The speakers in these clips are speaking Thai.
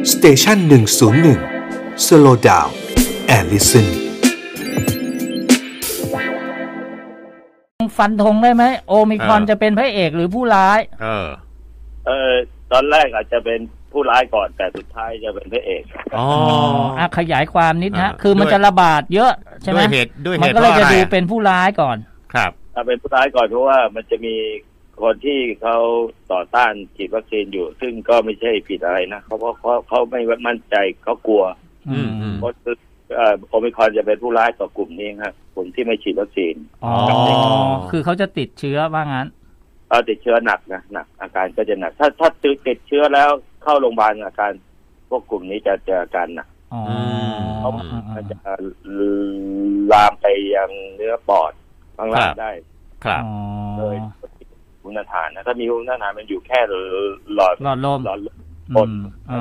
สเตชัน101 Slow Down and Listen ฟันธงได้ไหมโอมิครอนจะเป็นพระเอกหรือผู้ร้ายตอนแรกอาจจะเป็นผู้ร้ายก่อนแต่สุดท้ายจะเป็นพระเอกขยายความนิดฮะคือมันจะระบาดเยอะใช่ไหมมันก็เลยจะดูเป็นผู้ร้ายก่อนครับเป็นผู้ร้ายก่อนเพราะว่ามันจะมีคนที่เขาต่อต้านฉีดวัคซีนอยู่ซึ่งก็ไม่ใช่ผิดอะไรนะเพราะเขาไม่มั่นใจเขากลัวเพราะโอมิครอนจะเป็นผู้ร้ายต่อกลุ่มนี้ครับกลุ่มที่ไม่ฉีดวัคซีนคือเขาจะติดเชื้อว่างั้นติดเชื้อหนักนะหนักอาการก็จะหนักถ้าติดเชื้อแล้วเข้าโรงพยาบาลอาการพวกกลุ่มนี้จะเจออาการหนักเพราะมันจะลามไปยังเนื้อปอดข้างล่างได้ครับโดยภูมิต้านทานนะถ้ามีภูมิต้านทานมันอยู่แค่หลอดลมปน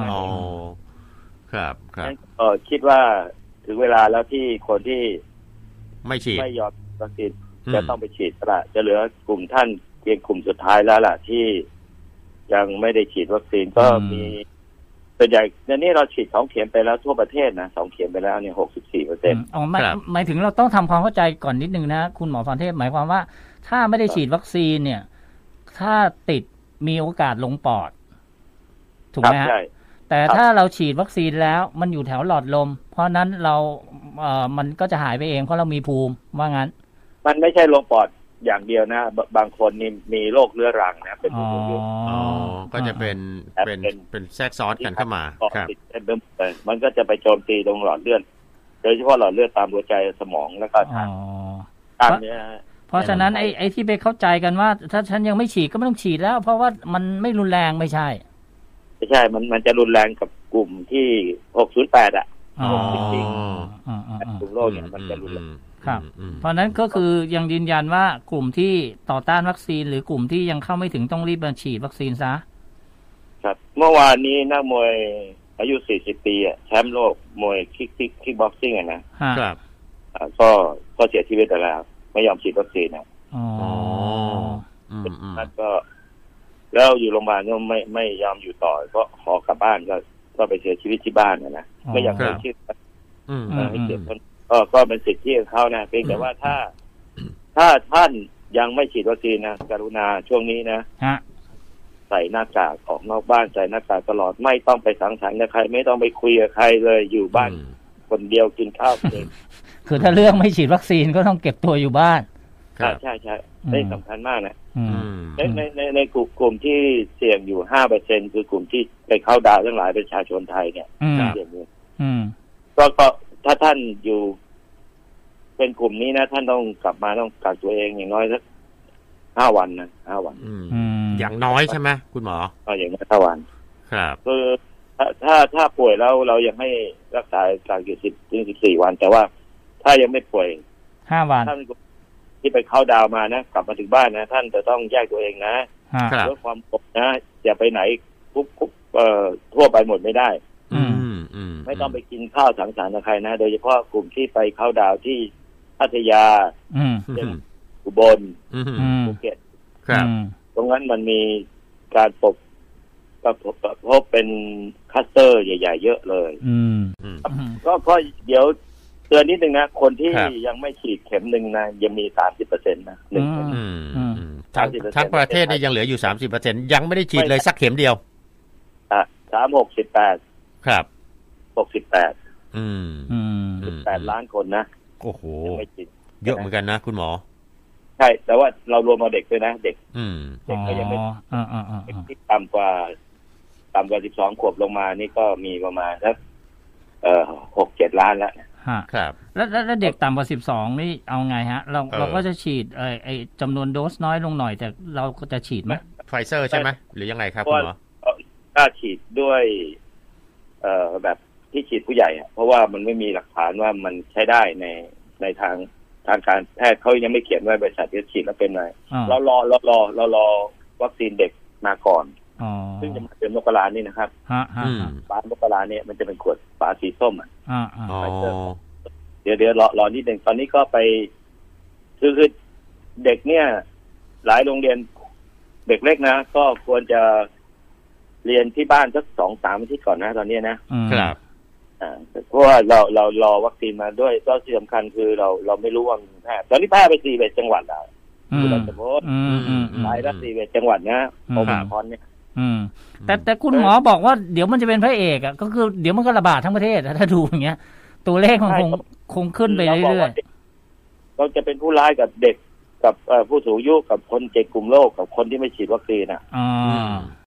ครับคิดว่าถึงเวลาแล้วที่คนที่ไม่ฉีดไม่ยอมวัคซีนจะต้องไปฉีดละจะเหลือกลุ่มท่านเพียงกลุ่มสุดท้ายแล้วล่ะที่ยังไม่ได้ฉีดวัคซีนก็มีส่วนใหญ่ในนี้เราฉีด2 เข็มไปแล้วทั่วประเทศนะ2 เข็มไปแล้วเนี่ย 64% หมายถึงเราต้องทำความเข้าใจก่อนนิดนึงนะคุณหมอพรเทพหมายความว่าถ้าไม่ได้ฉีดวัคซีนเนี่ยถ้าติดมีโอกาสลงปอดถูกไหมฮะแต่ถ้าเราฉีดวัคซีนแล้วมันอยู่แถวหลอดลมเพราะนั้นเรามันก็จะหายไปเองเพราะเรามีภูมิว่างั้นมันไม่ใช่ลงปอดอย่างเดียวนะบางคนนี่มีโรคเรื้อรังนะเป็นก็จะเป็นแทรกซ้อนกันเข้ามาครับมันก็จะไปโจมตีตรงหลอดเลือดโดยเฉพาะหลอดเลือดตามหัวใจสมองแล้วก็ทางเนื้อเพราะฉะนั้นไอ้ที่ไปเข้าใจกันว่าถ้าฉันยังไม่ฉีดก็ไม่ต้องฉีดแล้วเพราะว่ามันไม่รุนแรงไม่ใช่มันจะรุนแรงกับกลุ่มที่608กลุ่มโรคเนี่ยมันจะรุนแรงครับเพราะนั้นก็คือยังยืนยันว่ากลุ่มที่ต่อต้านวัคซีนหรือกลุ่มที่ยังเข้าไม่ถึงต้องรีบมาฉีดวัคซีนซะครับเมื่อวานนี้นักมวยอายุ40 ปีแชมป์โลกมวยคิกบ็อกซิ่งนะครับก็เสียชีวิตไปแล้วไม่ยอมฉีดวัคซีนแล้วก็แล้วอยู่โรงพยาบาลก็ไม่ยอมอยู่ต่อเพราะขอกลับบ้านก็ไปเสียชีวิตที่บ้านนะไม่อยากให้ชื่อให้เกียรติคนก็เป็นสิทธิ์ที่เขานะเพียงแต่ว่าถ้าท่านยังไม่ฉีดวัคซีนนะกรุณาช่วงนี้นะใส่หน้ากากออกนอกบ้านใส่หน้ากากตลอดไม่ต้องไปสังสรรค์กับใครไม่ต้องไปคุยกับใครเลยอยู่บ้านคนเดียวกินข้าวเองคือถ้าเรื่องไม่ฉีดวัคซีนก็ต้องเก็บตัวอยู่บ้านใช่ได้สำคัญมากนะในกลุ่มที่เสี่ยงอยู่ 5% คือกลุ่มที่ไปเข้าดาวทั้งหลายประชาชนไทยเนี่ยเสี่ยงอยู่ก็ถ้าท่านอยู่เป็นกลุ่มนี้นะท่านต้องกลับมาต้องกักตัวเองอย่างน้อยสัก5 วันนะ5 วันอย่างน้อยใช่ไหมคุณหมออย่างน้อย5 วันครับคือถ้าป่วยแล้วเรายังให้รักษาการอยู่10 ถึง 14 วันแต่ว่าถ้ายังไม่ป่วย 5 วันท่านที่ไปเข้าดาวมานะกลับมาถึงบ้านนะท่านจะต้องแยกตัวเองนะลดความกดนะอย่าไปไหนทั่วไปหมดไม่ได้ไม่ต้องไปกินข้าวสังสรรค์กับใครนะโดยเฉพาะกลุ่มที่ไปเข้าดาวที่พัทยาอุบลภูเก็ตตรงนั้นมันมีการพบเป็นคัสเตอร์ใหญ่ๆเยอะเลยก็เดี๋ยวเตือนนิดนึงนะคนที่ยังไม่ฉีดเข็ม1นะยังมี 30% นะทั้งประเทศเนี่ยยังเหลืออยู่ 30% ยังไม่ได้ฉีดเลยสักเข็มเดียว 368 ครับ 68 18 ล้านคนนะโอ้โหเยอะเหมือนกันนะคุณหมอใช่แต่ว่าเรารวมเอาเด็กด้วยนะเด็กก็ยังไม่ที่ต่ำกว่า12 ขวบลงมานี่ก็มีประมาณสัก6-7 ล้านแล้วครับแล้วเด็กต่ำกว่า12นี่เอาไงฮะเราก็จะฉีดไอ้จำนวนโดสน้อยลงหน่อยแต่เราก็จะฉีดไหมไฟเซอร์ใช่ไหมหรือยังไงครับคุณหมอถ้าฉีดด้วยแบบที่ฉีดผู้ใหญ่เพราะว่ามันไม่มีหลักฐานว่ามันใช้ได้ในทางการแพทย์เขายังไม่เขียนไว้บริษัทที่ฉีดแล้วเป็นไงเรารอวัคซีนเด็กมาก่อนซึ่งจะมาเดือนมกรานี่นะครับฝามกราเนี่ยมันจะเป็นขวดฝาสีส้มเดี๋ยวรอนิดหนึ่งตอนนี้ก็ไปคือเด็กเนี่ยหลายโรงเรียนเด็กเล็กนะก็ควรจะเรียนที่บ้านสัก2-3 อาทิตย์ก่อนนะตอนนี้นะครับเพราะว่าเรารอวัคซีนมาด้วยก็ที่สำคัญคือเราไม่รู้ว่าแพร่ตอนนี้แพร่ไป41 จังหวัดแล้วคุณรัชพลไปแล้ว41 จังหวัดนะโอมิครอนเนี่ยแต่คุณหมอบอกว่าเดี๋ยวมันจะเป็นพระเอกอ่ะก็คือเดี๋ยวมันก็ระบาดทั้งประเทศถ้าดูอย่างเงี้ยตัวเลขมันคงขึ้นไปเรื่อยๆเราจะเป็นผู้ร้ายกับเด็กกับผู้สูงอายุกับคน7 กลุ่มโรคกับคนที่ไม่ฉีดวัคซีน